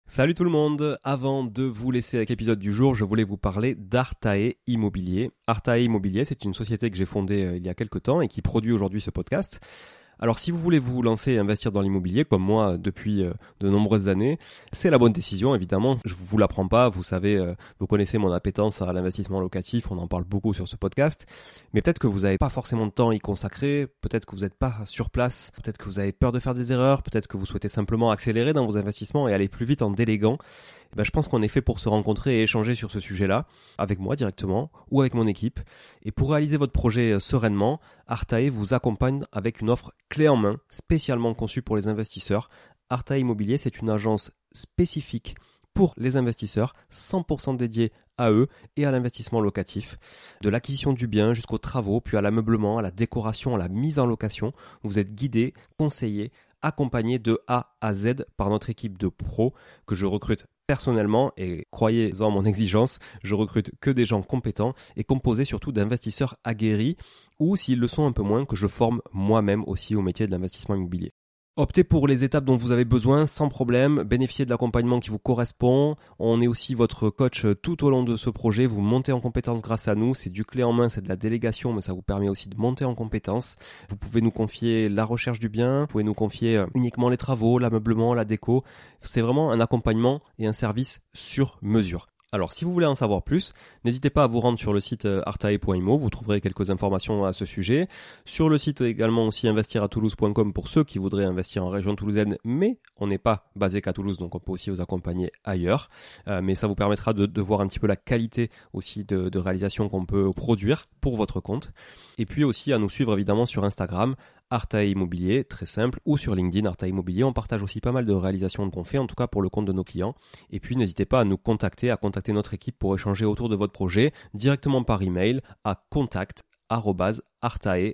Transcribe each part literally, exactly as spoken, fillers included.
Salut tout le monde, avant de vous laisser avec l'épisode du jour, je voulais vous parler d'Artae Immobilier. Artae Immobilier, c'est une société que j'ai fondée euh, il y a quelques temps et qui produit aujourd'hui ce podcast. Alors si vous voulez vous lancer et investir dans l'immobilier, comme moi depuis euh, de nombreuses années, c'est la bonne décision évidemment. Je vous l'apprends pas, vous savez, euh, vous connaissez mon appétence à l'investissement locatif, on en parle beaucoup sur ce podcast. Mais peut-être que vous n'avez pas forcément de temps à y consacrer, peut-être que vous n'êtes pas sur place, peut-être que vous avez peur de faire des erreurs, peut-être que vous souhaitez simplement accélérer dans vos investissements et aller plus vite en déléguant. Et ben, je pense qu'on est fait pour se rencontrer et échanger sur ce sujet-là, avec moi directement ou avec mon équipe. Et pour réaliser votre projet sereinement, Artae vous accompagne avec une offre clé en main, spécialement conçue pour les investisseurs. Artae Immobilier, c'est une agence spécifique pour les investisseurs, cent pour cent dédiée à eux et à l'investissement locatif. De l'acquisition du bien jusqu'aux travaux, puis à l'ameublement, à la décoration, à la mise en location. Vous êtes guidé, conseillé, accompagné de A à Z par notre équipe de pros que je recrute personnellement, et croyez-en mon exigence, je recrute que des gens compétents et composés surtout d'investisseurs aguerris ou, s'ils le sont un peu moins, que je forme moi-même aussi au métier de l'investissement immobilier. Optez pour les étapes dont vous avez besoin sans problème, bénéficiez de l'accompagnement qui vous correspond. On est aussi votre coach tout au long de ce projet, vous montez en compétences grâce à nous, c'est du clé en main, c'est de la délégation, mais ça vous permet aussi de monter en compétences. Vous pouvez nous confier la recherche du bien, vous pouvez nous confier uniquement les travaux, l'ameublement, la déco. C'est vraiment un accompagnement et un service sur mesure. Alors, si vous voulez en savoir plus, n'hésitez pas à vous rendre sur le site artae point imo, vous trouverez quelques informations à ce sujet. Sur le site également aussi investir à toulouse point com pour ceux qui voudraient investir en région toulousaine, mais on n'est pas basé qu'à Toulouse, donc on peut aussi vous accompagner ailleurs. Euh, mais ça vous permettra de, de voir un petit peu la qualité aussi de, de réalisation qu'on peut produire pour votre compte. Et puis aussi à nous suivre évidemment sur Instagram, Artae Immobilier, très simple, ou sur LinkedIn, Artae Immobilier. On partage aussi pas mal de réalisations qu'on fait, en tout cas pour le compte de nos clients. Et puis n'hésitez pas à nous contacter, à contacter notre équipe pour échanger autour de votre projet directement par email à contact arobase artae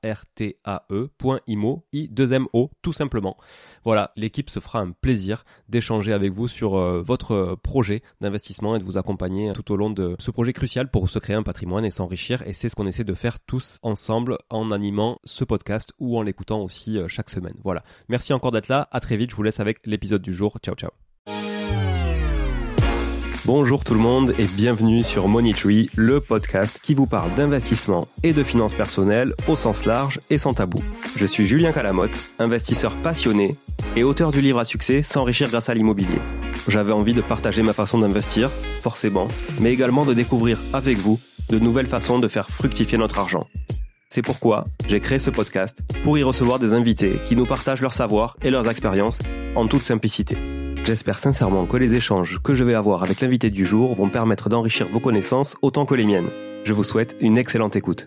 point imo, i deux m o tout simplement. Voilà, l'équipe se fera un plaisir d'échanger avec vous sur euh, votre projet d'investissement et de vous accompagner tout au long de ce projet crucial pour se créer un patrimoine et s'enrichir. Et c'est ce qu'on essaie de faire tous ensemble en animant ce podcast ou en l'écoutant aussi euh, chaque semaine. Voilà, merci encore d'être là, à très vite, je vous laisse avec l'épisode du jour. Ciao ciao. Bonjour tout le monde et bienvenue sur Money Tree, le podcast qui vous parle d'investissement et de finances personnelles au sens large et sans tabou. Je suis Julien Calamotte, investisseur passionné et auteur du livre à succès S'enrichir grâce à l'immobilier. J'avais envie de partager ma façon d'investir, forcément, mais également de découvrir avec vous de nouvelles façons de faire fructifier notre argent. C'est pourquoi j'ai créé ce podcast pour y recevoir des invités qui nous partagent leur savoir et leurs expériences en toute simplicité. J'espère sincèrement que les échanges que je vais avoir avec l'invité du jour vont permettre d'enrichir vos connaissances autant que les miennes. Je vous souhaite une excellente écoute.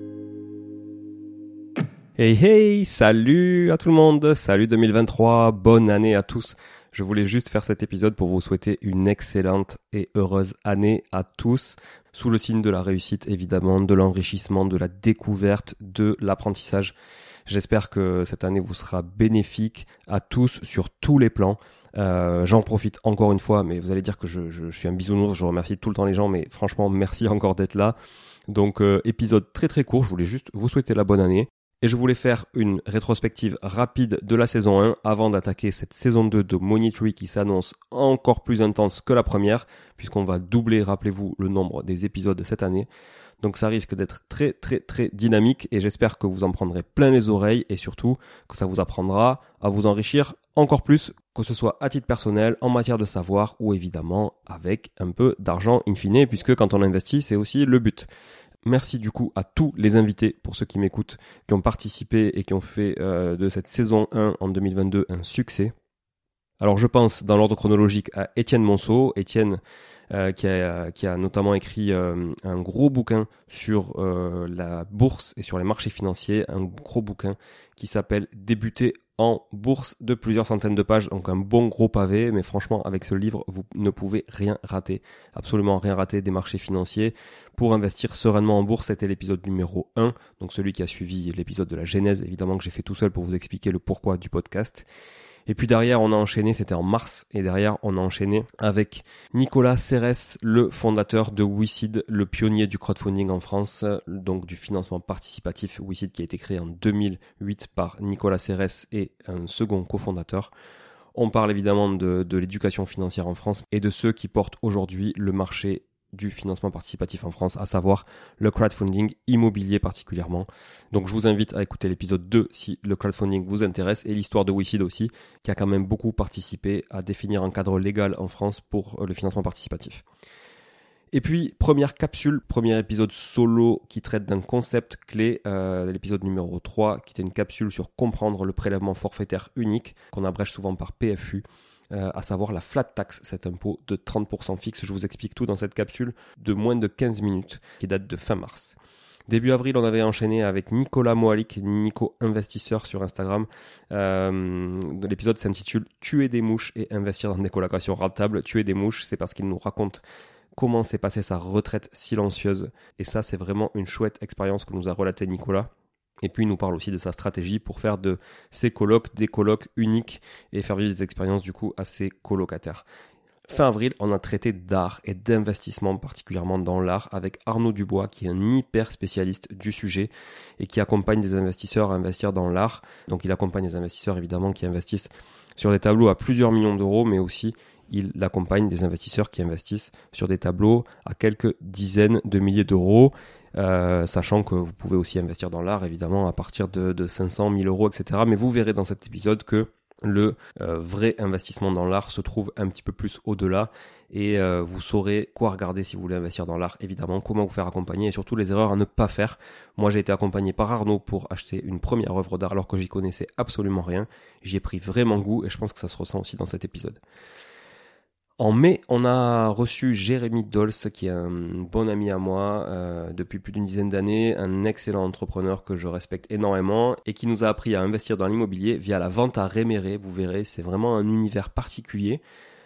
Hey hey, salut à tout le monde, salut deux mille vingt-trois, bonne année à tous. Je voulais juste faire cet épisode pour vous souhaiter une excellente et heureuse année à tous, sous le signe de la réussite évidemment, de l'enrichissement, de la découverte, de l'apprentissage. J'espère que cette année vous sera bénéfique à tous sur tous les plans. Euh, j'en profite encore une fois, mais vous allez dire que je, je, je suis un bisounours, je remercie tout le temps les gens, mais franchement merci encore d'être là. Donc euh, épisode très très court, je voulais juste vous souhaiter la bonne année et je voulais faire une rétrospective rapide de la saison un avant d'attaquer cette saison deux de Money Tree qui s'annonce encore plus intense que la première puisqu'on va doubler, rappelez-vous, le nombre des épisodes cette année. Donc ça risque d'être très très très dynamique et j'espère que vous en prendrez plein les oreilles et surtout que ça vous apprendra à vous enrichir encore plus, que ce soit à titre personnel, en matière de savoir ou évidemment avec un peu d'argent in fine, puisque quand on investit, c'est aussi le but. Merci du coup à tous les invités, pour ceux qui m'écoutent, qui ont participé et qui ont fait euh, de cette saison un en deux mille vingt-deux un succès. Alors je pense dans l'ordre chronologique à Étienne Monceau, Étienne euh, qui, a, qui a notamment écrit euh, un gros bouquin sur euh, la bourse et sur les marchés financiers, un gros bouquin qui s'appelle Débuter en bourse de plusieurs centaines de pages, donc un bon gros pavé, mais franchement avec ce livre vous ne pouvez rien rater, absolument rien rater des marchés financiers. Pour investir sereinement en bourse, c'était l'épisode numéro un, donc celui qui a suivi l'épisode de la genèse, évidemment que j'ai fait tout seul pour vous expliquer le pourquoi du podcast. Et puis derrière, on a enchaîné, c'était en mars, et derrière, on a enchaîné avec Nicolas Serres, le fondateur de WeSeed, le pionnier du crowdfunding en France, donc du financement participatif WeSeed qui a été créé en deux mille huit par Nicolas Serres et un second cofondateur. On parle évidemment de, de l'éducation financière en France et de ceux qui portent aujourd'hui le marché du financement participatif en France, à savoir le crowdfunding immobilier particulièrement. Donc je vous invite à écouter l'épisode deux si le crowdfunding vous intéresse et l'histoire de WeSeed aussi, qui a quand même beaucoup participé à définir un cadre légal en France pour le financement participatif. Et puis, première capsule, premier épisode solo qui traite d'un concept clé, euh, l'épisode numéro trois, qui était une capsule sur comprendre le prélèvement forfaitaire unique, qu'on abrège souvent par P F U. Euh, à savoir la flat tax, cet impôt de trente pour cent fixe. Je vous explique tout dans cette capsule de moins de quinze minutes qui date de fin mars. Début avril, on avait enchaîné avec Nicolas Moalik, Nico Investisseur sur Instagram. Euh, l'épisode s'intitule « Tuer des mouches et investir dans des colocations rentables ». Tuer des mouches, c'est parce qu'il nous raconte comment s'est passée sa retraite silencieuse. Et ça, c'est vraiment une chouette expérience que nous a relaté Nicolas. Et puis, il nous parle aussi de sa stratégie pour faire de ses colocs des colocs uniques et faire vivre des expériences du coup à ses colocataires. Fin avril, on a traité d'art et d'investissement, particulièrement dans l'art, avec Arnaud Dubois, qui est un hyper spécialiste du sujet et qui accompagne des investisseurs à investir dans l'art. Donc, il accompagne des investisseurs, évidemment, qui investissent sur des tableaux à plusieurs millions d'euros, mais aussi il accompagne des investisseurs qui investissent sur des tableaux à quelques dizaines de milliers d'euros. Euh, sachant que vous pouvez aussi investir dans l'art, évidemment, à partir de, de cinq cents mille euros, et cetera. Mais vous verrez dans cet épisode que le euh, vrai investissement dans l'art se trouve un petit peu plus au-delà et euh, vous saurez quoi regarder si vous voulez investir dans l'art, évidemment, comment vous faire accompagner et surtout les erreurs à ne pas faire. Moi, j'ai été accompagné par Arnaud pour acheter une première œuvre d'art alors que j'y connaissais absolument rien. J'y ai pris vraiment goût et je pense que ça se ressent aussi dans cet épisode. En mai, on a reçu Jérémy Dolce, qui est un bon ami à moi euh, depuis plus d'une dizaine d'années, un excellent entrepreneur que je respecte énormément et qui nous a appris à investir dans l'immobilier via la vente à réméré. Vous verrez, c'est vraiment un univers particulier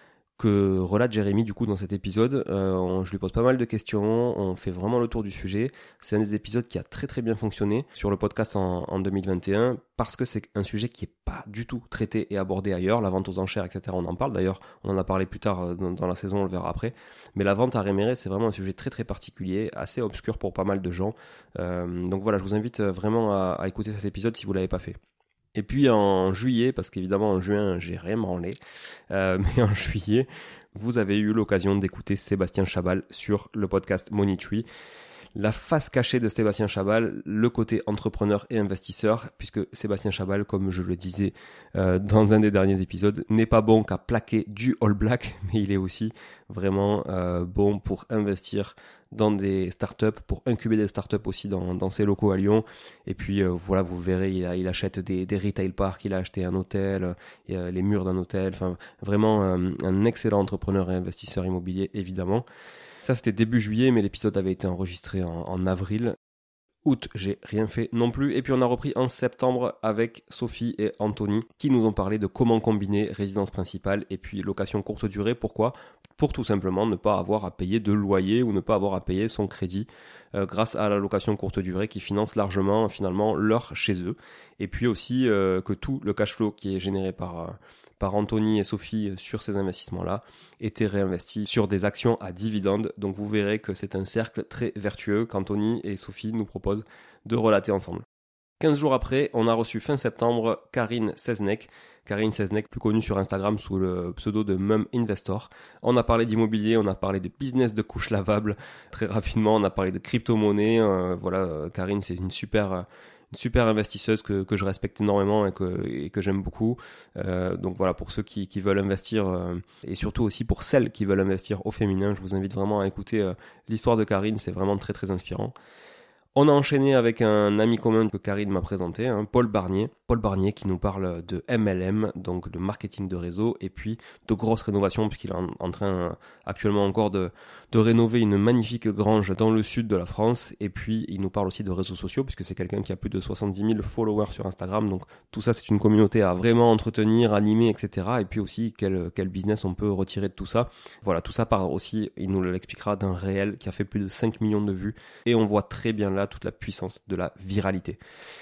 que relate Jérémy du coup dans cet épisode. Euh, on, je lui pose pas mal de questions, on fait vraiment le tour du sujet. C'est un des épisodes qui a très très bien fonctionné sur le podcast en, en deux mille vingt et un parce que c'est un sujet qui est pas du tout traité et abordé ailleurs. La vente aux enchères, et cetera. On en parle d'ailleurs, on en a parlé plus tard dans, dans la saison, on le verra après. Mais la vente à réméré, c'est vraiment un sujet très très particulier, assez obscur pour pas mal de gens. Euh, donc voilà, je vous invite vraiment à, à écouter cet épisode si vous l'avez pas fait. Et puis en juillet, parce qu'évidemment en juin j'ai rien branlé, euh, mais en juillet, vous avez eu l'occasion d'écouter Sébastien Chabal sur le podcast Money Tree. La face cachée de Sébastien Chabal, le côté entrepreneur et investisseur, puisque Sébastien Chabal, comme je le disais euh, dans un des derniers épisodes, n'est pas bon qu'à plaquer du all black, mais il est aussi vraiment euh, bon pour investir dans des startups, pour incuber des startups aussi dans, dans ses locaux à Lyon. Et puis euh, voilà, vous verrez, il, a, il achète des, des retail parks, il a acheté un hôtel, et, euh, les murs d'un hôtel. Enfin, vraiment euh, un excellent entrepreneur et investisseur immobilier, évidemment. Ça, c'était début juillet, mais l'épisode avait été enregistré en, en avril. Août, j'ai rien fait non plus. Et puis on a repris en septembre avec Sophie et Anthony qui nous ont parlé de comment combiner résidence principale et puis location courte durée. Pourquoi ? Pour tout simplement ne pas avoir à payer de loyer ou ne pas avoir à payer son crédit euh, grâce à la location courte durée qui finance largement finalement leur chez eux. Et puis aussi euh, que tout le cash flow qui est généré par... Euh, par Anthony et Sophie sur ces investissements-là, étaient réinvestis sur des actions à dividendes. Donc vous verrez que c'est un cercle très vertueux qu'Anthony et Sophie nous proposent de relater ensemble. quinze jours après, on a reçu fin septembre Karine Seznec. Karine Seznec, plus connue sur Instagram sous le pseudo de Mum Investor. On a parlé d'immobilier, on a parlé de business de couches lavables. Très rapidement, on a parlé de crypto-monnaie. Euh, voilà, Karine, c'est une super... une super investisseuse que, que je respecte énormément et que, et que j'aime beaucoup. Euh, donc voilà, pour ceux qui, qui veulent investir euh, et surtout aussi pour celles qui veulent investir au féminin, je vous invite vraiment à écouter euh, l'histoire de Karine, c'est vraiment très très inspirant. On a enchaîné avec un ami commun que Karine m'a présenté, hein, Paul Barnier. Paul Barnier qui nous parle de M L M, donc de marketing de réseau, et puis de grosses rénovations, puisqu'il est en, en train euh, actuellement encore de, de rénover une magnifique grange dans le sud de la France. Et puis il nous parle aussi de réseaux sociaux, puisque c'est quelqu'un qui a plus de soixante-dix mille followers sur Instagram. Donc tout ça, c'est une communauté à vraiment entretenir, animer, et cetera. Et puis aussi quel, quel business on peut retirer de tout ça. Voilà, tout ça part aussi, il nous l'expliquera, d'un réel qui a fait plus de cinq millions de vues. Et on voit très bien là toute la puissance de la viralité.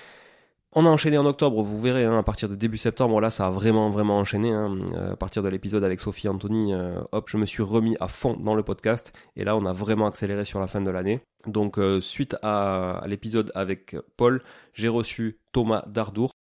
On a enchaîné en octobre, vous verrez, hein, à partir de début septembre, là ça a vraiment vraiment enchaîné, hein, à partir de l'épisode avec Sophie et Anthony, euh, hop, je me suis remis à fond dans le podcast, et là on a vraiment accéléré sur la fin de l'année. Donc euh, suite à, à l'épisode avec Paul, j'ai reçu Thomas Dardour,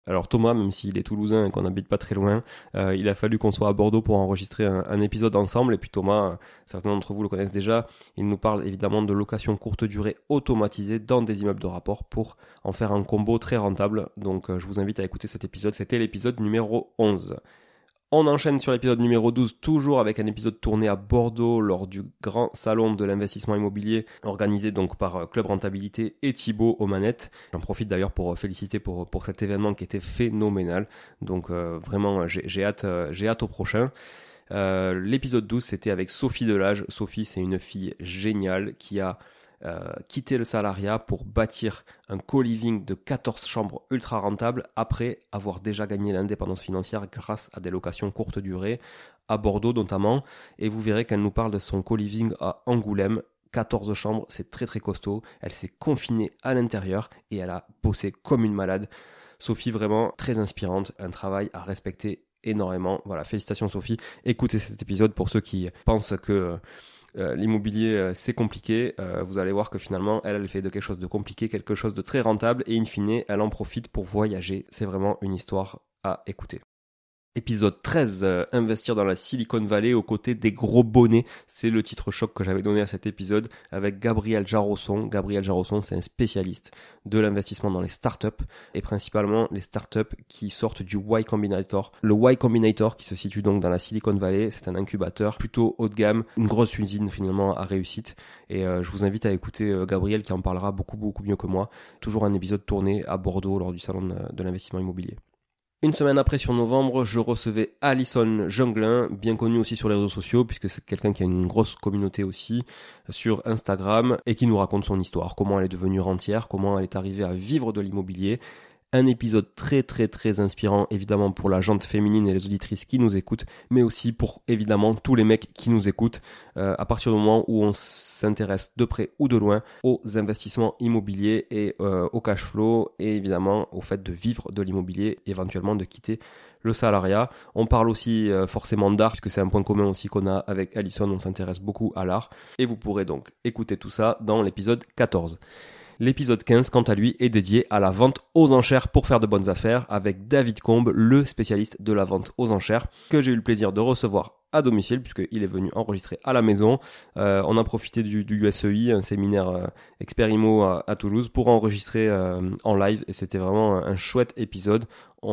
Alors Thomas, même s'il est toulousain et qu'on n'habite pas très loin, euh, il a fallu qu'on soit à Bordeaux pour enregistrer un, un épisode ensemble. Et puis Thomas, euh, certains d'entre vous le connaissent déjà, il nous parle évidemment de location courte durée automatisée dans des immeubles de rapport pour en faire un combo très rentable. Donc euh, je vous invite à écouter cet épisode, c'était l'épisode numéro onze. On enchaîne sur l'épisode numéro douze, toujours avec un épisode tourné à Bordeaux lors du grand salon de l'investissement immobilier organisé donc par Club Rentabilité et Thibaut aux manettes. J'en profite d'ailleurs pour féliciter pour, pour cet événement qui était phénoménal. Donc euh, vraiment, j'ai, j'ai, hâte, euh, j'ai hâte au prochain. Euh, l'épisode douze, c'était avec Sophie Delage. Sophie, c'est une fille géniale qui a Euh, quitter le salariat pour bâtir un co-living de quatorze chambres ultra rentable après avoir déjà gagné l'indépendance financière grâce à des locations courte durée à Bordeaux notamment. Et vous verrez qu'elle nous parle de son co-living à Angoulême. quatorze chambres, c'est très très costaud. Elle s'est confinée à l'intérieur et elle a bossé comme une malade. Sophie, vraiment très inspirante, un travail à respecter énormément. Voilà, félicitations Sophie. Écoutez cet épisode pour ceux qui pensent que Euh, l'immobilier euh, c'est compliqué, euh, vous allez voir que finalement elle, elle fait de quelque chose de compliqué quelque chose de très rentable et in fine elle en profite pour voyager. C'est vraiment une histoire à écouter. Épisode treize, euh, investir dans la Silicon Valley aux côtés des gros bonnets. C'est le titre choc que j'avais donné à cet épisode avec Gabriel Jarosson. Gabriel Jarosson, c'est un spécialiste de l'investissement dans les startups et principalement les startups qui sortent du Y Combinator. Le Y Combinator qui se situe donc dans la Silicon Valley, c'est un incubateur plutôt haut de gamme, une grosse usine finalement à réussite. Et euh, je vous invite à écouter euh, Gabriel qui en parlera beaucoup beaucoup mieux que moi. Toujours un épisode tourné à Bordeaux lors du salon de, de l'investissement immobilier. Une semaine après, sur novembre, je recevais Alison Junglin, bien connue aussi sur les réseaux sociaux, puisque c'est quelqu'un qui a une grosse communauté aussi sur Instagram, et qui nous raconte son histoire, comment elle est devenue rentière, comment elle est arrivée à vivre de l'immobilier. Un épisode très très très inspirant évidemment pour la gente féminine et les auditrices qui nous écoutent, mais aussi pour évidemment tous les mecs qui nous écoutent euh, à partir du moment où on s'intéresse de près ou de loin aux investissements immobiliers et euh, au cash flow et évidemment au fait de vivre de l'immobilier, éventuellement de quitter le salariat. On parle aussi euh, forcément d'art puisque c'est un point commun aussi qu'on a avec Alison, on s'intéresse beaucoup à l'art et vous pourrez donc écouter tout ça dans l'épisode quatorze. L'épisode quinze, quant à lui, est dédié à la vente aux enchères pour faire de bonnes affaires avec David Combe, le spécialiste de la vente aux enchères, que j'ai eu le plaisir de recevoir à domicile puisqu'il est venu enregistrer à la maison. Euh, on a profité du, du U S E I, un séminaire euh, Expert Immo à, à Toulouse, pour enregistrer euh, en live et c'était vraiment un, un chouette épisode.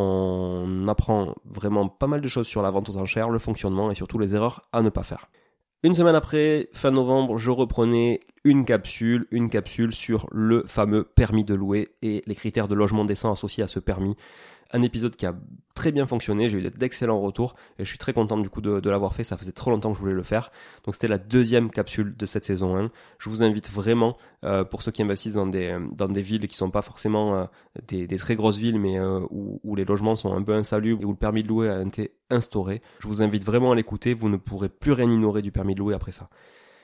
On apprend vraiment pas mal de choses sur la vente aux enchères, le fonctionnement et surtout les erreurs à ne pas faire. Une semaine après, fin novembre, je reprenais une capsule, une capsule sur le fameux permis de louer et les critères de logement décent associés à ce permis. Un épisode qui a très bien fonctionné, j'ai eu d'excellents retours et je suis très content du coup de, de l'avoir fait, ça faisait trop longtemps que je voulais le faire. Donc c'était la deuxième capsule de cette saison un. Je vous invite vraiment, euh, pour ceux qui investissent dans des, dans des villes qui sont pas forcément euh, des, des très grosses villes, mais euh, où, où les logements sont un peu insalubres et où le permis de louer a été instauré, je vous invite vraiment à l'écouter, vous ne pourrez plus rien ignorer du permis de louer après ça.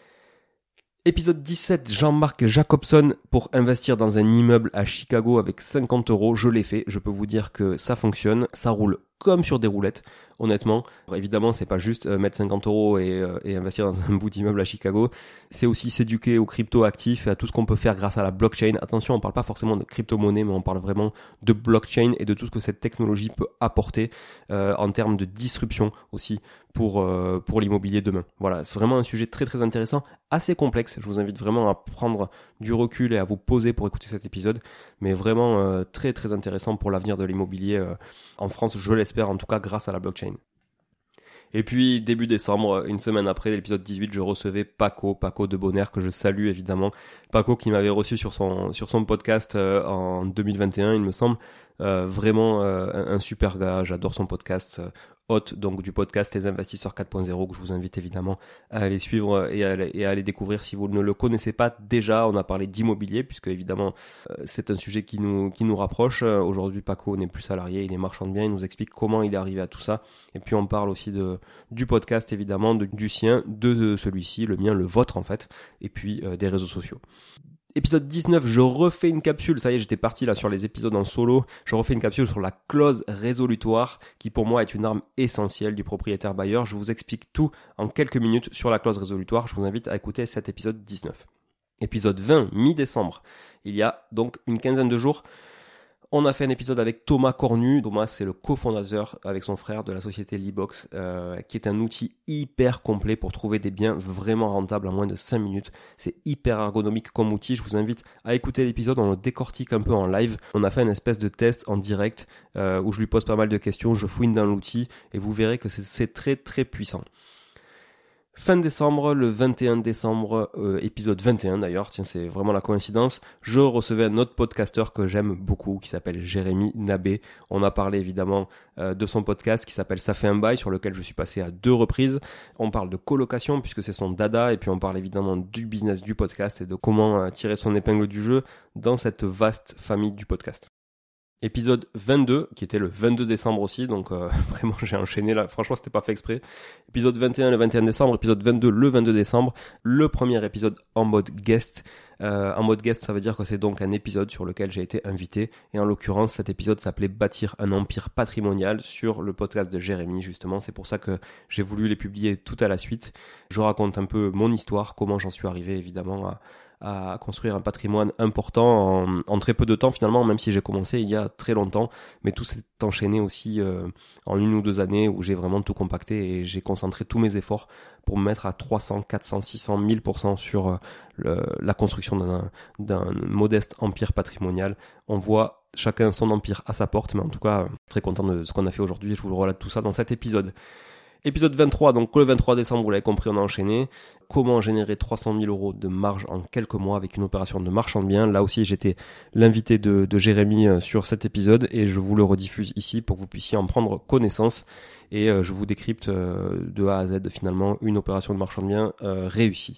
Épisode dix-sept, Jean-Marc Jacobson pour investir dans un immeuble à Chicago avec cinquante euros. Je l'ai fait, je peux vous dire que ça fonctionne, ça roule comme sur des roulettes, honnêtement. Alors, évidemment, c'est pas juste euh, mettre cinquante euros et, euh, et investir dans un bout d'immeuble à Chicago. C'est aussi s'éduquer aux crypto-actifs et à tout ce qu'on peut faire grâce à la blockchain. Attention, on parle pas forcément de crypto-monnaie, mais on parle vraiment de blockchain et de tout ce que cette technologie peut apporter euh, en termes de disruption aussi pour, euh, pour l'immobilier demain. Voilà, c'est vraiment un sujet très très intéressant, assez complexe. Je vous invite vraiment à prendre du recul et à vous poser pour écouter cet épisode, mais vraiment euh, très très intéressant pour l'avenir de l'immobilier euh, en France, je l'espère en tout cas grâce à la blockchain. Et puis début décembre, une semaine après l'épisode dix-huit, je recevais Paco, Paco de Bonheur que je salue évidemment. Paco qui m'avait reçu sur son sur son podcast euh, en deux mille vingt et un, il me semble. Euh, vraiment euh, un, un super gars, j'adore son podcast, euh, hôte donc du podcast Les Investisseurs quatre point zéro que je vous invite évidemment à aller suivre et à, et à aller découvrir si vous ne le connaissez pas déjà. On a parlé d'immobilier puisque évidemment euh, c'est un sujet qui nous qui nous rapproche. Euh, aujourd'hui Paco n'est plus salarié, il est marchand de biens, il nous explique comment il est arrivé à tout ça et puis on parle aussi de du podcast évidemment, de, du sien, de celui-ci, le mien, le vôtre en fait, et puis euh, des réseaux sociaux. Épisode dix-neuf, je refais une capsule, ça y est, j'étais parti là sur les épisodes en solo, je refais une capsule sur la clause résolutoire qui pour moi est une arme essentielle du propriétaire bailleur. Je vous explique tout en quelques minutes sur la clause résolutoire, je vous invite à écouter cet épisode dix-neuf. Épisode vingt, mi-décembre, il y a donc une quinzaine de jours, On a fait un épisode avec Thomas Cornu. Thomas, c'est le cofondateur avec son frère de la société Libox, euh, qui est un outil hyper complet pour trouver des biens vraiment rentables en moins de cinq minutes. C'est hyper ergonomique comme outil. Je vous invite à écouter l'épisode. On le décortique un peu en live. On a fait une espèce de test en direct euh, où je lui pose pas mal de questions. Je fouine dans l'outil et vous verrez que c'est, c'est très très puissant. Fin décembre, le vingt et un décembre, euh, épisode vingt et un d'ailleurs, tiens c'est vraiment la coïncidence, je recevais un autre podcasteur que j'aime beaucoup qui s'appelle Jérémy Nabé. On a parlé évidemment euh, de son podcast qui s'appelle Ça fait un bail, sur lequel je suis passé à deux reprises. On parle de colocation puisque c'est son dada, et puis on parle évidemment du business du podcast et de comment euh, tirer son épingle du jeu dans cette vaste famille du podcast. Épisode vingt-deux, qui était le vingt-deux décembre aussi, donc euh, vraiment j'ai enchaîné là, franchement c'était pas fait exprès. Épisode vingt et un le vingt et un décembre, épisode vingt-deux le vingt-deux décembre, le premier épisode en mode guest. Euh, en mode guest, ça veut dire que c'est donc un épisode sur lequel j'ai été invité, et en l'occurrence cet épisode s'appelait Bâtir un empire patrimonial sur le podcast de Jérémy justement. C'est pour ça que j'ai voulu les publier tout à la suite. Je raconte un peu mon histoire, comment j'en suis arrivé évidemment à à construire un patrimoine important en, en très peu de temps finalement, même si j'ai commencé il y a très longtemps, mais tout s'est enchaîné aussi euh, en une ou deux années où j'ai vraiment tout compacté et j'ai concentré tous mes efforts pour me mettre à trois cents, quatre cents, six cents, mille pour cent sur euh, le, la construction d'un, d'un modeste empire patrimonial. On voit chacun son empire à sa porte, mais en tout cas très content de ce qu'on a fait aujourd'hui et je vous relate tout ça dans cet épisode. Épisode vingt-trois, donc le vingt-trois décembre, vous l'avez compris, on a enchaîné. Comment générer trois cent mille euros de marge en quelques mois avec une opération de marchand de biens. Là aussi, j'étais l'invité de, de Jérémy sur cet épisode et je vous le rediffuse ici pour que vous puissiez en prendre connaissance. Et je vous décrypte de A à Z finalement une opération de marchand de biens euh, réussie.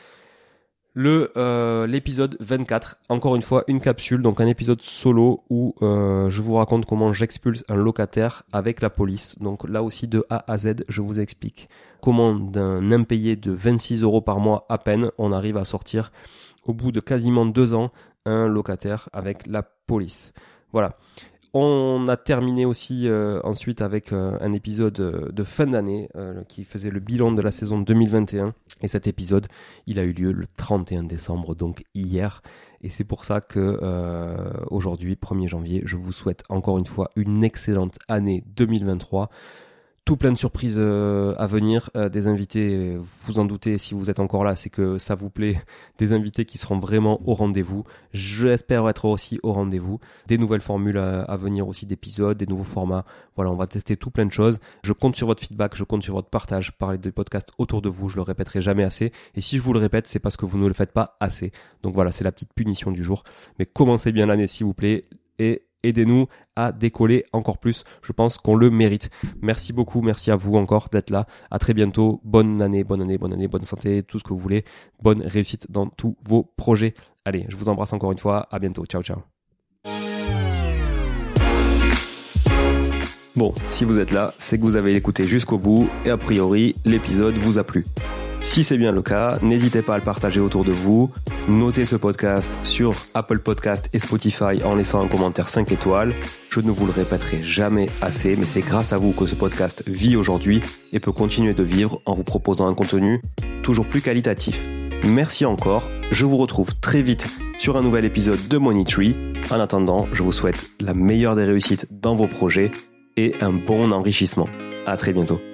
Le euh, l'épisode vingt-quatre, encore une fois une capsule, donc un épisode solo où euh, je vous raconte comment j'expulse un locataire avec la police. Donc là aussi de A à Z, je vous explique comment d'un impayé de vingt-six euros par mois à peine, on arrive à sortir au bout de quasiment deux ans un locataire avec la police. Voilà. On a terminé aussi euh, ensuite avec euh, un épisode euh, de fin d'année euh, qui faisait le bilan de la saison deux mille vingt et un. Et cet épisode, il a eu lieu le trente et un décembre, donc hier. Et c'est pour ça que euh, aujourd'hui, premier janvier, je vous souhaite encore une fois une excellente année deux mille vingt-trois. Tout plein de surprises euh, à venir, euh, des invités, vous en doutez si vous êtes encore là, c'est que ça vous plaît, des invités qui seront vraiment au rendez-vous. J'espère être aussi au rendez-vous, des nouvelles formules à, à venir aussi d'épisodes, des nouveaux formats. Voilà, on va tester tout plein de choses. Je compte sur votre feedback, je compte sur votre partage, parler de podcasts autour de vous, je le répéterai jamais assez. Et si je vous le répète, c'est parce que vous ne le faites pas assez. Donc voilà, c'est la petite punition du jour. Mais commencez bien l'année s'il vous plaît et aidez-nous à décoller encore plus. Je pense qu'on le mérite. Merci beaucoup. Merci à vous encore d'être là. À très bientôt. Bonne année, bonne année, bonne année, bonne santé, tout ce que vous voulez. Bonne réussite dans tous vos projets. Allez, je vous embrasse encore une fois. À bientôt. Ciao, ciao. Bon, si vous êtes là, c'est que vous avez écouté jusqu'au bout et a priori, l'épisode vous a plu. Si c'est bien le cas, n'hésitez pas à le partager autour de vous. Notez ce podcast sur Apple Podcast et Spotify en laissant un commentaire cinq étoiles. Je ne vous le répéterai jamais assez, mais c'est grâce à vous que ce podcast vit aujourd'hui et peut continuer de vivre en vous proposant un contenu toujours plus qualitatif. Merci encore. Je vous retrouve très vite sur un nouvel épisode de Money Tree. En attendant, je vous souhaite la meilleure des réussites dans vos projets et un bon enrichissement. À très bientôt.